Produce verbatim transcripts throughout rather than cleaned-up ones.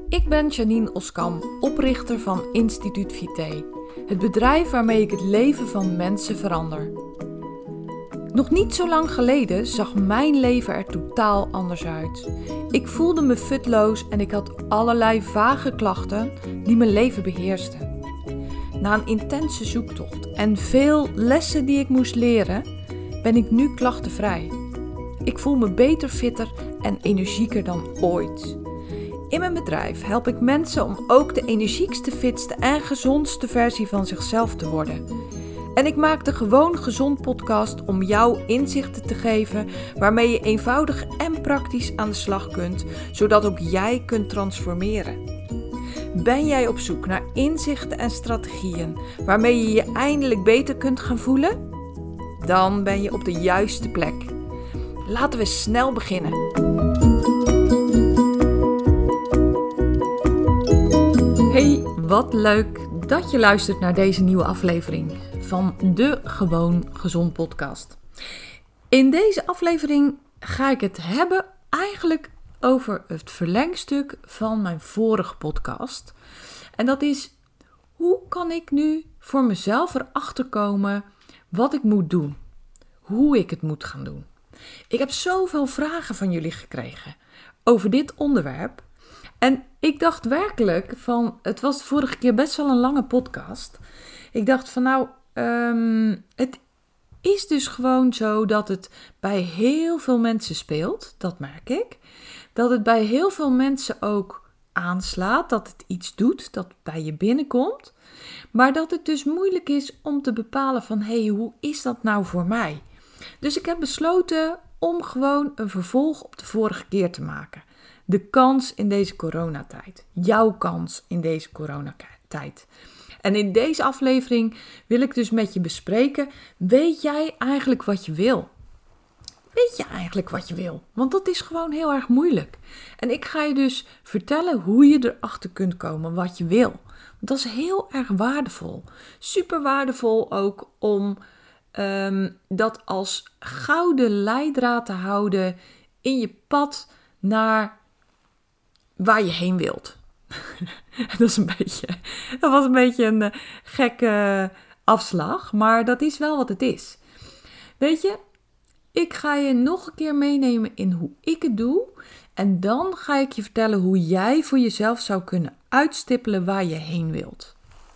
Ik ben Janine Oskam, oprichter van Instituut Vitae, het bedrijf waarmee ik het leven van mensen verander. Nog niet zo lang geleden zag mijn leven er totaal anders uit. Ik voelde me futloos en ik had allerlei vage klachten die mijn leven beheersten. Na een intense zoektocht en veel lessen die ik moest leren, ben ik nu klachtenvrij. Ik voel me beter, fitter en energieker dan ooit. In mijn bedrijf help ik mensen om ook de energiekste, fitste en gezondste versie van zichzelf te worden. En ik maak de Gewoon Gezond podcast om jou inzichten te geven waarmee je eenvoudig en praktisch aan de slag kunt, zodat ook jij kunt transformeren. Ben jij op zoek naar inzichten en strategieën waarmee je je eindelijk beter kunt gaan voelen? Dan ben je op de juiste plek. Laten we snel beginnen. Hey, wat leuk dat je luistert naar deze nieuwe aflevering van de Gewoon Gezond podcast. In deze aflevering ga ik het hebben eigenlijk over het verlengstuk van mijn vorige podcast. En dat is, hoe kan ik nu voor mezelf erachter komen wat ik moet doen? Hoe ik het moet gaan doen? Ik heb zoveel vragen van jullie gekregen over dit onderwerp. En ik dacht werkelijk van, het was de vorige keer best wel een lange podcast. Ik dacht van nou, um, het is dus gewoon zo dat het bij heel veel mensen speelt. Dat merk ik. Dat het bij heel veel mensen ook aanslaat, dat het iets doet, dat het bij je binnenkomt. Maar dat het dus moeilijk is om te bepalen van, hé, hey, hoe is dat nou voor mij? Dus ik heb besloten om gewoon een vervolg op de vorige keer te maken. De kans in deze coronatijd. Jouw kans in deze coronatijd. En in deze aflevering wil ik dus met je bespreken, weet jij eigenlijk wat je wil? Weet je eigenlijk wat je wil? Want dat is gewoon heel erg moeilijk. En ik ga je dus vertellen hoe je erachter kunt komen wat je wil. Want dat is heel erg waardevol. Super waardevol ook om um, dat als gouden leidraad te houden in je pad naar waar je heen wilt. dat, is een beetje, dat was een beetje een uh, gekke afslag, maar dat is wel wat het is. Weet je, ik ga je nog een keer meenemen in hoe ik het doe. En dan ga ik je vertellen hoe jij voor jezelf zou kunnen uitstippelen waar je heen wilt.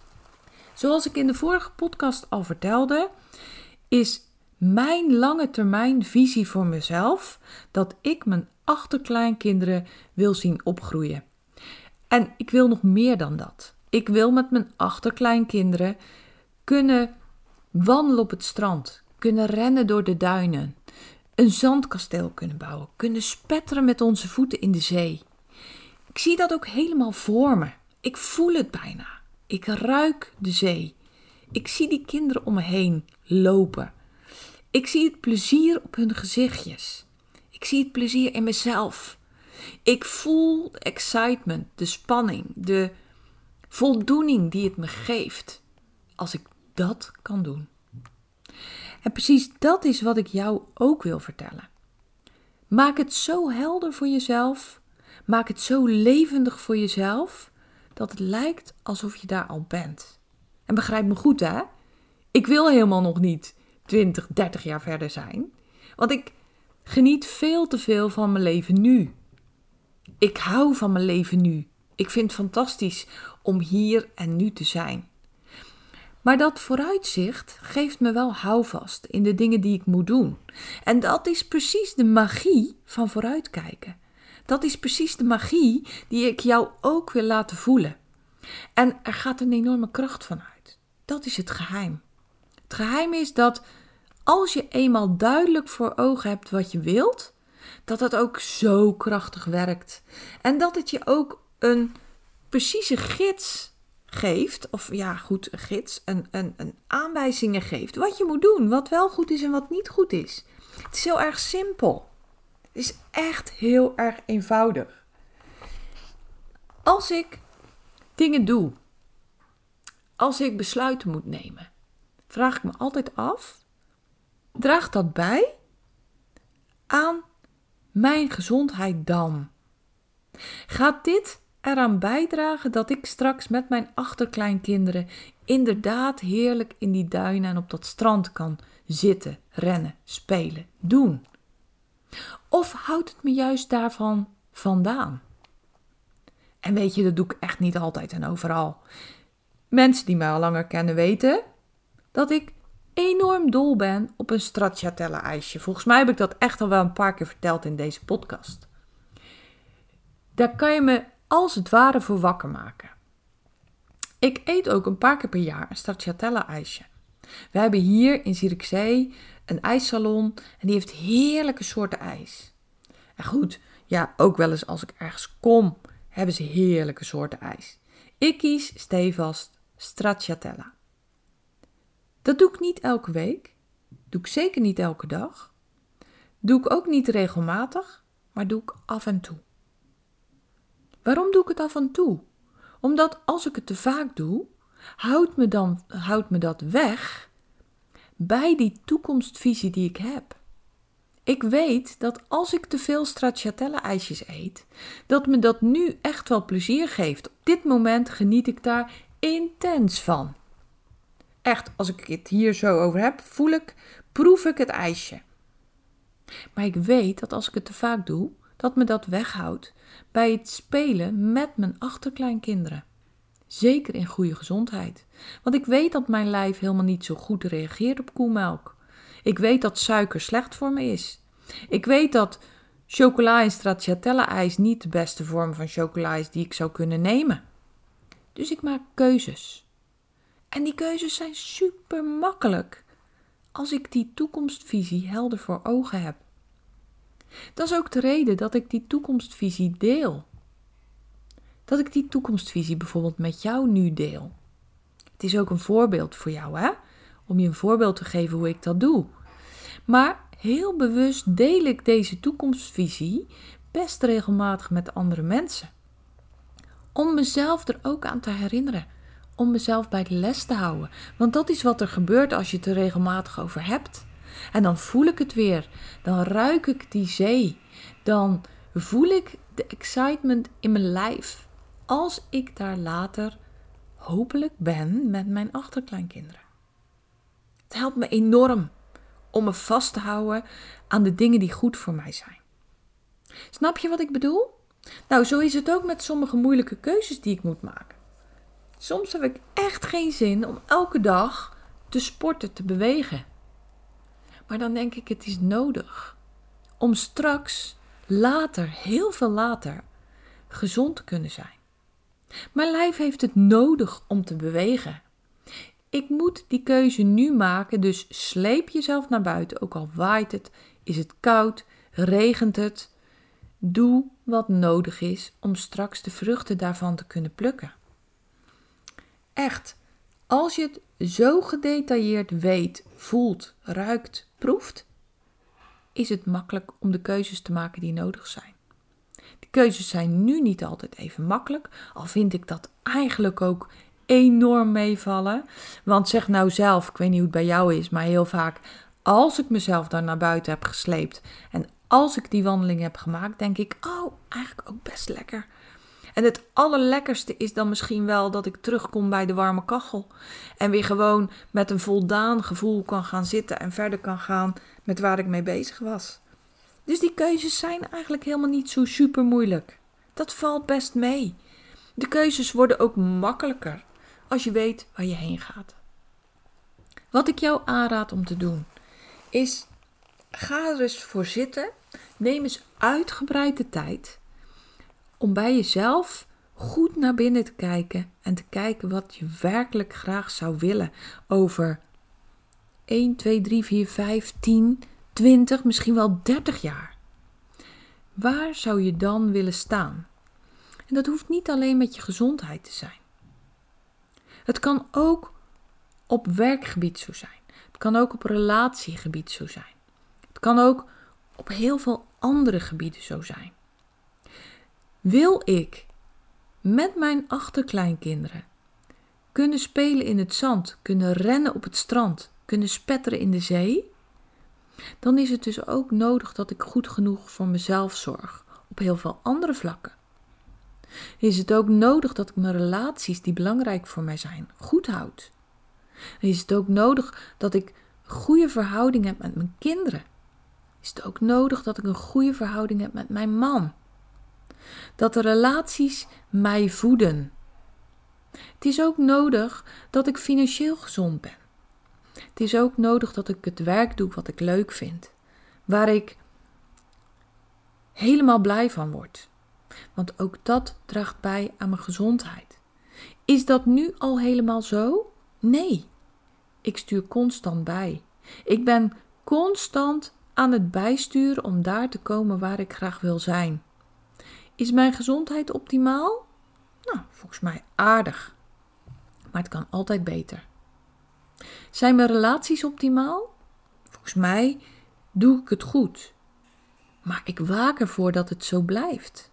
Zoals ik in de vorige podcast al vertelde, is mijn lange termijn visie voor mezelf dat ik mijn achterkleinkinderen wil zien opgroeien. En ik wil nog meer dan dat. Ik wil met mijn achterkleinkinderen kunnen wandelen op het strand, kunnen rennen door de duinen, een zandkasteel kunnen bouwen, kunnen spetteren met onze voeten in de zee. Ik zie dat ook helemaal voor me. Ik voel het bijna. Ik ruik de zee. Ik zie die kinderen om me heen lopen. Ik zie het plezier op hun gezichtjes. Ik zie het plezier in mezelf. Ik voel de excitement, de spanning, de voldoening die het me geeft als ik dat kan doen. En precies dat is wat ik jou ook wil vertellen. Maak het zo helder voor jezelf, maak het zo levendig voor jezelf, dat het lijkt alsof je daar al bent. En begrijp me goed, hè? Ik wil helemaal nog niet twintig, dertig jaar verder zijn, want ik geniet veel te veel van mijn leven nu. Ik hou van mijn leven nu. Ik vind het fantastisch om hier en nu te zijn. Maar dat vooruitzicht geeft me wel houvast in de dingen die ik moet doen. En dat is precies de magie van vooruitkijken. Dat is precies de magie die ik jou ook wil laten voelen. En er gaat een enorme kracht van uit. Dat is het geheim. Het geheim is dat als je eenmaal duidelijk voor ogen hebt wat je wilt, dat het ook zo krachtig werkt. En dat het je ook een precieze gids geeft, of ja goed, een gids, een, een, een aanwijzingen geeft. Wat je moet doen, wat wel goed is en wat niet goed is. Het is heel erg simpel. Het is echt heel erg eenvoudig. Als ik dingen doe, als ik besluiten moet nemen, vraag ik me altijd af, draagt dat bij aan mijn gezondheid dan? Gaat dit eraan bijdragen dat ik straks met mijn achterkleinkinderen inderdaad heerlijk in die duinen en op dat strand kan zitten, rennen, spelen, doen? Of houdt het me juist daarvan vandaan? En weet je, dat doe ik echt niet altijd en overal. Mensen die mij al langer kennen weten dat ik enorm dol ben op een stracciatella ijsje. Volgens mij heb ik dat echt al wel een paar keer verteld in deze podcast. Daar kan je me als het ware voor wakker maken. Ik eet ook een paar keer per jaar een stracciatella ijsje. We hebben hier in Zierikzee een ijssalon en die heeft heerlijke soorten ijs. En goed, ja, ook wel eens als ik ergens kom, hebben ze heerlijke soorten ijs. Ik kies stevast stracciatella. Dat doe ik niet elke week. Doe ik zeker niet elke dag. Doe ik ook niet regelmatig, maar doe ik af en toe. Waarom doe ik het af en toe? Omdat als ik het te vaak doe, houdt me, dan, houdt me dat weg bij die toekomstvisie die ik heb. Ik weet dat als ik te veel stracciatella ijsjes eet, dat me dat nu echt wel plezier geeft. Op dit moment geniet ik daar intens van. Echt, als ik het hier zo over heb, voel ik, proef ik het ijsje. Maar ik weet dat als ik het te vaak doe, dat me dat weghoudt bij het spelen met mijn achterkleinkinderen. Zeker in goede gezondheid. Want ik weet dat mijn lijf helemaal niet zo goed reageert op koemelk. Ik weet dat suiker slecht voor me is. Ik weet dat chocola en stracciatella ijs niet de beste vorm van chocola is die ik zou kunnen nemen. Dus ik maak keuzes. En die keuzes zijn super makkelijk als ik die toekomstvisie helder voor ogen heb. Dat is ook de reden dat ik die toekomstvisie deel. Dat ik die toekomstvisie bijvoorbeeld met jou nu deel. Het is ook een voorbeeld voor jou, hè? Om je een voorbeeld te geven hoe ik dat doe. Maar heel bewust deel ik deze toekomstvisie best regelmatig met andere mensen. Om mezelf er ook aan te herinneren. Om mezelf bij de les te houden. Want dat is wat er gebeurt als je het er regelmatig over hebt. En dan voel ik het weer. Dan ruik ik die zee. Dan voel ik de excitement in mijn lijf. Als ik daar later hopelijk ben met mijn achterkleinkinderen. Het helpt me enorm om me vast te houden aan de dingen die goed voor mij zijn. Snap je wat ik bedoel? Nou, zo is het ook met sommige moeilijke keuzes die ik moet maken. Soms heb ik echt geen zin om elke dag te sporten, te bewegen. Maar dan denk ik, het is nodig om straks, later, heel veel later, gezond te kunnen zijn. Mijn lijf heeft het nodig om te bewegen. Ik moet die keuze nu maken, dus sleep jezelf naar buiten, ook al waait het, is het koud, regent het. Doe wat nodig is om straks de vruchten daarvan te kunnen plukken. Echt, als je het zo gedetailleerd weet, voelt, ruikt, proeft, is het makkelijk om de keuzes te maken die nodig zijn. De keuzes zijn nu niet altijd even makkelijk, al vind ik dat eigenlijk ook enorm meevallen. Want zeg nou zelf, ik weet niet hoe het bij jou is, maar heel vaak als ik mezelf daar naar buiten heb gesleept en als ik die wandeling heb gemaakt, denk ik, oh, eigenlijk ook best lekker. En het allerlekkerste is dan misschien wel dat ik terugkom bij de warme kachel. En weer gewoon met een voldaan gevoel kan gaan zitten en verder kan gaan met waar ik mee bezig was. Dus die keuzes zijn eigenlijk helemaal niet zo super moeilijk. Dat valt best mee. De keuzes worden ook makkelijker als je weet waar je heen gaat. Wat ik jou aanraad om te doen is, ga er eens voor zitten. Neem eens uitgebreid de tijd om bij jezelf goed naar binnen te kijken en te kijken wat je werkelijk graag zou willen over één, twee, drie, vier, vijf, tien, twintig, misschien wel dertig jaar. Waar zou je dan willen staan? En dat hoeft niet alleen met je gezondheid te zijn. Het kan ook op werkgebied zo zijn. Het kan ook op relatiegebied zo zijn. Het kan ook op heel veel andere gebieden zo zijn. Wil ik met mijn achterkleinkinderen kunnen spelen in het zand, kunnen rennen op het strand, kunnen spetteren in de zee? Dan is het dus ook nodig dat ik goed genoeg voor mezelf zorg op heel veel andere vlakken. Is het ook nodig dat ik mijn relaties die belangrijk voor mij zijn, goed houd? Is het ook nodig dat ik een goede verhouding heb met mijn kinderen? Is het ook nodig dat ik een goede verhouding heb met mijn man? Dat de relaties mij voeden. Het is ook nodig dat ik financieel gezond ben. Het is ook nodig dat ik het werk doe wat ik leuk vind. Waar ik helemaal blij van word. Want ook dat draagt bij aan mijn gezondheid. Is dat nu al helemaal zo? Nee. Ik stuur constant bij. Ik ben constant aan het bijsturen om daar te komen waar ik graag wil zijn. Is mijn gezondheid optimaal? Nou, volgens mij aardig. Maar het kan altijd beter. Zijn mijn relaties optimaal? Volgens mij doe ik het goed. Maar ik waak ervoor dat het zo blijft.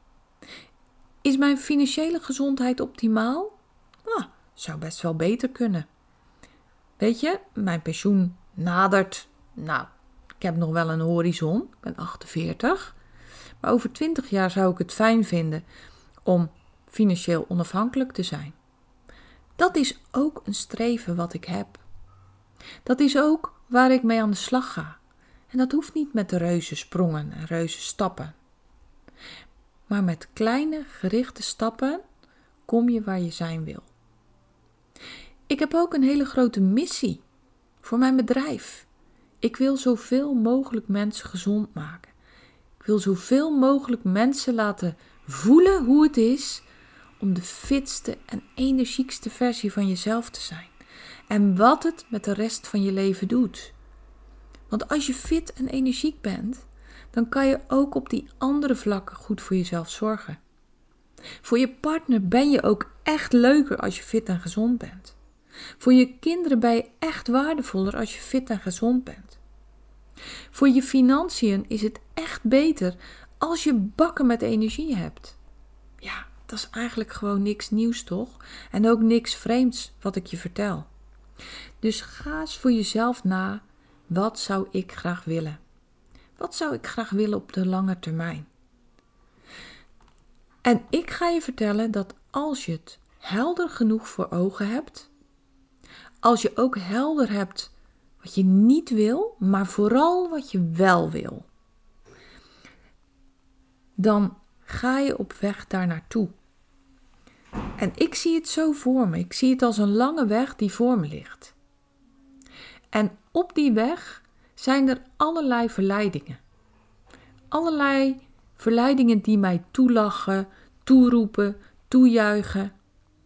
Is mijn financiële gezondheid optimaal? Nou, zou best wel beter kunnen. Weet je, mijn pensioen nadert. Nou, ik heb nog wel een horizon. Ik ben achtenveertig. Maar over twintig jaar zou ik het fijn vinden om financieel onafhankelijk te zijn. Dat is ook een streven wat ik heb. Dat is ook waar ik mee aan de slag ga. En dat hoeft niet met de reuze sprongen en reuze stappen. Maar met kleine gerichte stappen kom je waar je zijn wil. Ik heb ook een hele grote missie voor mijn bedrijf. Ik wil zoveel mogelijk mensen gezond maken. Ik wil zoveel mogelijk mensen laten voelen hoe het is om de fitste en energiekste versie van jezelf te zijn. En wat het met de rest van je leven doet. Want als je fit en energiek bent, dan kan je ook op die andere vlakken goed voor jezelf zorgen. Voor je partner ben je ook echt leuker als je fit en gezond bent. Voor je kinderen ben je echt waardevoller als je fit en gezond bent. Voor je financiën is het echt beter als je bakken met energie hebt. Ja, dat is eigenlijk gewoon niks nieuws, toch? En ook niks vreemds wat ik je vertel. Dus ga eens voor jezelf na, wat zou ik graag willen? Wat zou ik graag willen op de lange termijn? En ik ga je vertellen dat als je het helder genoeg voor ogen hebt, als je ook helder hebt wat je niet wil, maar vooral wat je wel wil, dan ga je op weg daar naartoe. En ik zie het zo voor me. Ik zie het als een lange weg die voor me ligt. En op die weg zijn er allerlei verleidingen. Allerlei verleidingen die mij toelachen, toeroepen, toejuichen.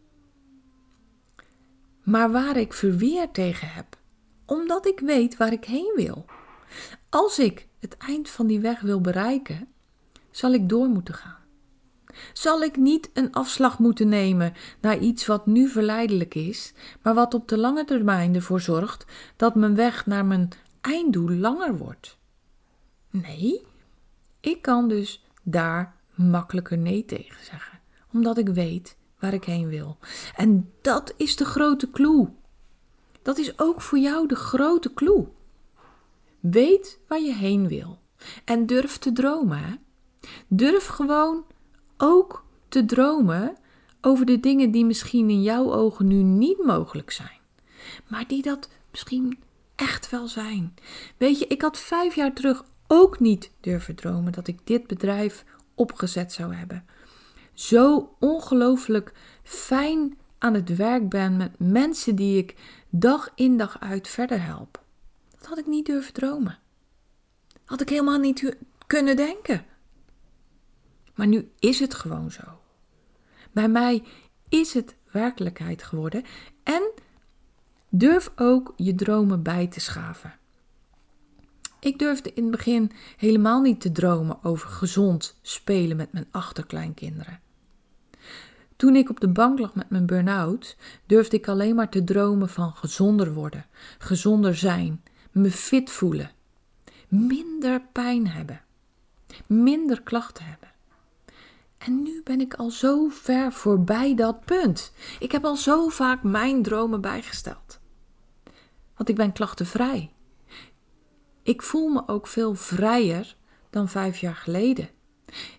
Maar waar ik verweer tegen heb, omdat ik weet waar ik heen wil. Als ik het eind van die weg wil bereiken, zal ik door moeten gaan. Zal ik niet een afslag moeten nemen naar iets wat nu verleidelijk is, maar wat op de lange termijn ervoor zorgt dat mijn weg naar mijn einddoel langer wordt? Nee, ik kan dus daar makkelijker nee tegen zeggen, omdat ik weet waar ik heen wil. En dat is de grote clue. Dat is ook voor jou de grote clue. Weet waar je heen wil en durf te dromen. Hè? Durf gewoon ook te dromen over de dingen die misschien in jouw ogen nu niet mogelijk zijn, maar die dat misschien echt wel zijn. Weet je, ik had vijf jaar terug ook niet durven dromen dat ik dit bedrijf opgezet zou hebben. Zo ongelooflijk fijn aan het werk ben met mensen die ik dag in dag uit verder help. Dat had ik niet durven dromen. Had ik helemaal niet kunnen denken. Maar nu is het gewoon zo. Bij mij is het werkelijkheid geworden. En durf ook je dromen bij te schaven. Ik durfde in het begin helemaal niet te dromen over gezond spelen met mijn achterkleinkinderen. Toen ik op de bank lag met mijn burn-out, durfde ik alleen maar te dromen van gezonder worden, gezonder zijn, me fit voelen, minder pijn hebben, minder klachten hebben. En nu ben ik al zo ver voorbij dat punt. Ik heb al zo vaak mijn dromen bijgesteld. Want ik ben klachtenvrij. Ik voel me ook veel vrijer dan vijf jaar geleden.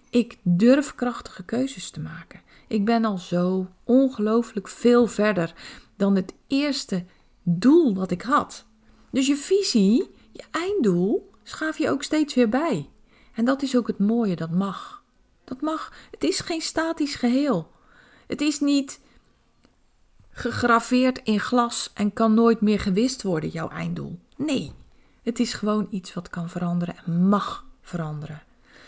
Ik durf krachtige keuzes te maken. Ik ben al zo ongelooflijk veel verder dan het eerste doel wat ik had. Dus je visie, je einddoel, schaaf je ook steeds weer bij. En dat is ook het mooie, dat mag. Dat mag. Het is geen statisch geheel. Het is niet gegraveerd in glas en kan nooit meer gewist worden, jouw einddoel. Nee, het is gewoon iets wat kan veranderen en mag veranderen.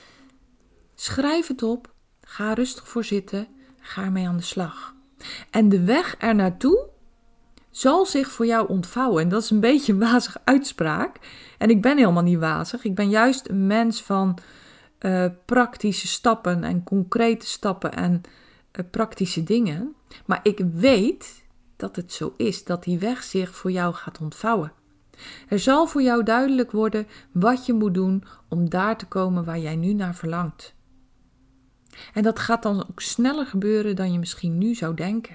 Schrijf het op, ga rustig voor zitten, ga ermee aan de slag. En de weg er naartoe zal zich voor jou ontvouwen. En dat is een beetje een wazige uitspraak. En ik ben helemaal niet wazig. Ik ben juist een mens van uh, praktische stappen en concrete stappen en uh, praktische dingen. Maar ik weet dat het zo is, dat die weg zich voor jou gaat ontvouwen. Er zal voor jou duidelijk worden wat je moet doen om daar te komen waar jij nu naar verlangt. En dat gaat dan ook sneller gebeuren dan je misschien nu zou denken.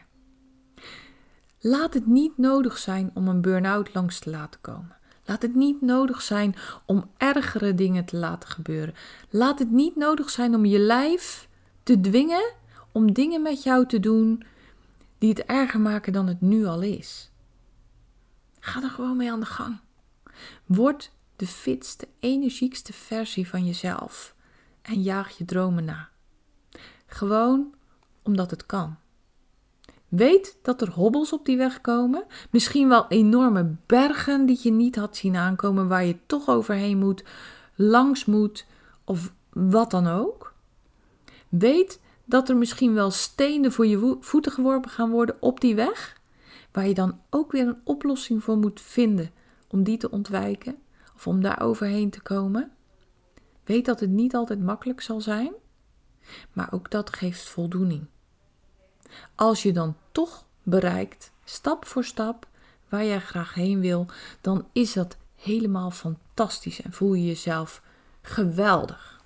Laat het niet nodig zijn om een burn-out langs te laten komen. Laat het niet nodig zijn om ergere dingen te laten gebeuren. Laat het niet nodig zijn om je lijf te dwingen om dingen met jou te doen die het erger maken dan het nu al is. Ga er gewoon mee aan de gang. Word de fitste, energiekste versie van jezelf en jaag je dromen na. Gewoon omdat het kan. Weet dat er hobbels op die weg komen. Misschien wel enorme bergen die je niet had zien aankomen, waar je toch overheen moet, langs moet of wat dan ook. Weet dat er misschien wel stenen voor je voeten geworpen gaan worden op die weg, waar je dan ook weer een oplossing voor moet vinden om die te ontwijken of om daar overheen te komen. Weet dat het niet altijd makkelijk zal zijn, maar ook dat geeft voldoening. Als je dan toch bereikt, stap voor stap, waar jij graag heen wil, dan is dat helemaal fantastisch en voel je jezelf geweldig.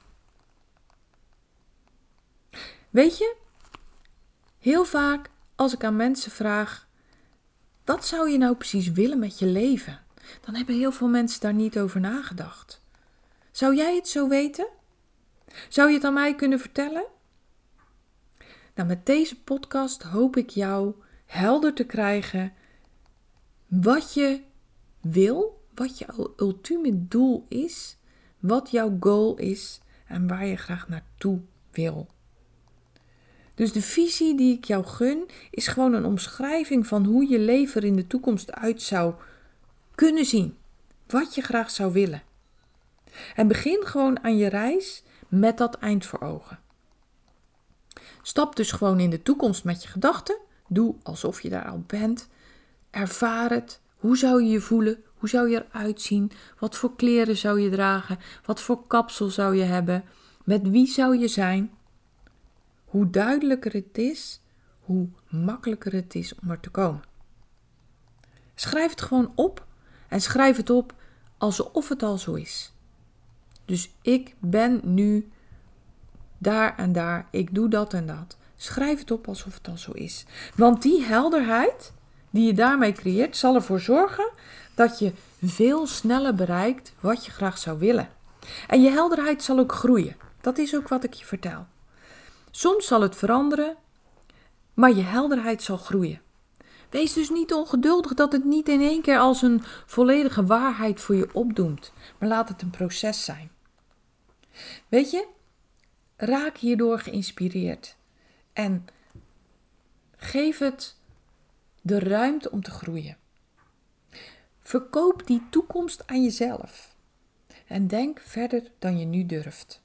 Weet je, heel vaak als ik aan mensen vraag, wat zou je nou precies willen met je leven? Dan hebben heel veel mensen daar niet over nagedacht. Zou jij het zo weten? Zou je het aan mij kunnen vertellen? Nou, met deze podcast hoop ik jou helder te krijgen wat je wil, wat jouw ultieme doel is, wat jouw goal is en waar je graag naartoe wil. Dus de visie die ik jou gun is gewoon een omschrijving van hoe je leven er in de toekomst uit zou kunnen zien. Wat je graag zou willen. En begin gewoon aan je reis met dat eind voor ogen. Stap dus gewoon in de toekomst met je gedachten. Doe alsof je daar al bent. Ervaar het. Hoe zou je je voelen? Hoe zou je eruit zien? Wat voor kleren zou je dragen? Wat voor kapsel zou je hebben? Met wie zou je zijn? Hoe duidelijker het is, hoe makkelijker het is om er te komen. Schrijf het gewoon op en schrijf het op alsof het al zo is. Dus ik ben nu daar en daar, ik doe dat en dat. Schrijf het op alsof het al zo is. Want die helderheid die je daarmee creëert, zal ervoor zorgen dat je veel sneller bereikt wat je graag zou willen. En je helderheid zal ook groeien. Dat is ook wat ik je vertel. Soms zal het veranderen, maar je helderheid zal groeien. Wees dus niet ongeduldig dat het niet in één keer als een volledige waarheid voor je opdoemt. Maar laat het een proces zijn. Weet je, raak hierdoor geïnspireerd. En geef het de ruimte om te groeien. Verkoop die toekomst aan jezelf. En denk verder dan je nu durft.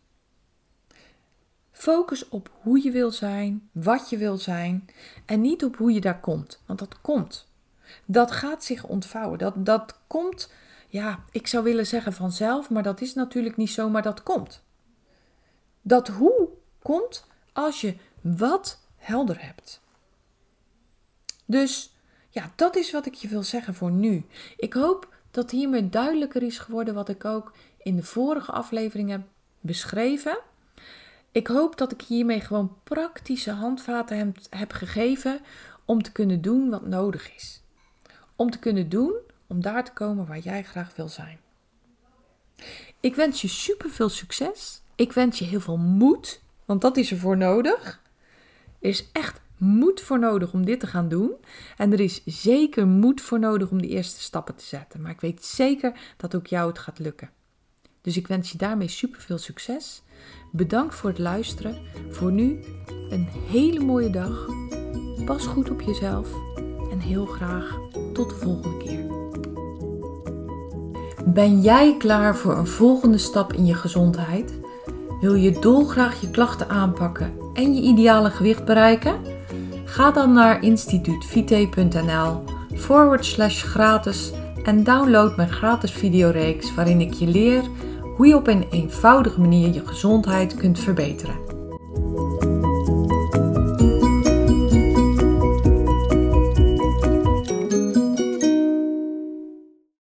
Focus op hoe je wil zijn, wat je wil zijn en niet op hoe je daar komt. Want dat komt. Dat gaat zich ontvouwen. Dat, dat komt, ja, ik zou willen zeggen vanzelf, maar dat is natuurlijk niet zo, maar dat komt. Dat hoe komt als je wat helder hebt. Dus ja, dat is wat ik je wil zeggen voor nu. Ik hoop dat hiermee duidelijker is geworden wat ik ook in de vorige aflevering heb beschreven. Ik hoop dat ik hiermee gewoon praktische handvaten heb, heb gegeven om te kunnen doen wat nodig is. Om te kunnen doen, om daar te komen waar jij graag wil zijn. Ik wens je super veel succes. Ik wens je heel veel moed Want dat is er voor nodig. Er is echt moed voor nodig om dit te gaan doen. En er is zeker moed voor nodig om die eerste stappen te zetten. Maar ik weet zeker dat ook jou het gaat lukken. Dus ik wens je daarmee super veel succes. Bedankt voor het luisteren. Voor nu een hele mooie dag. Pas goed op jezelf. En heel graag tot de volgende keer. Ben jij klaar voor een volgende stap in je gezondheid? Wil je dolgraag je klachten aanpakken en je ideale gewicht bereiken? Ga dan naar instituutvite.nl forward slash gratis en download mijn gratis videoreeks waarin ik je leer hoe je op een eenvoudige manier je gezondheid kunt verbeteren.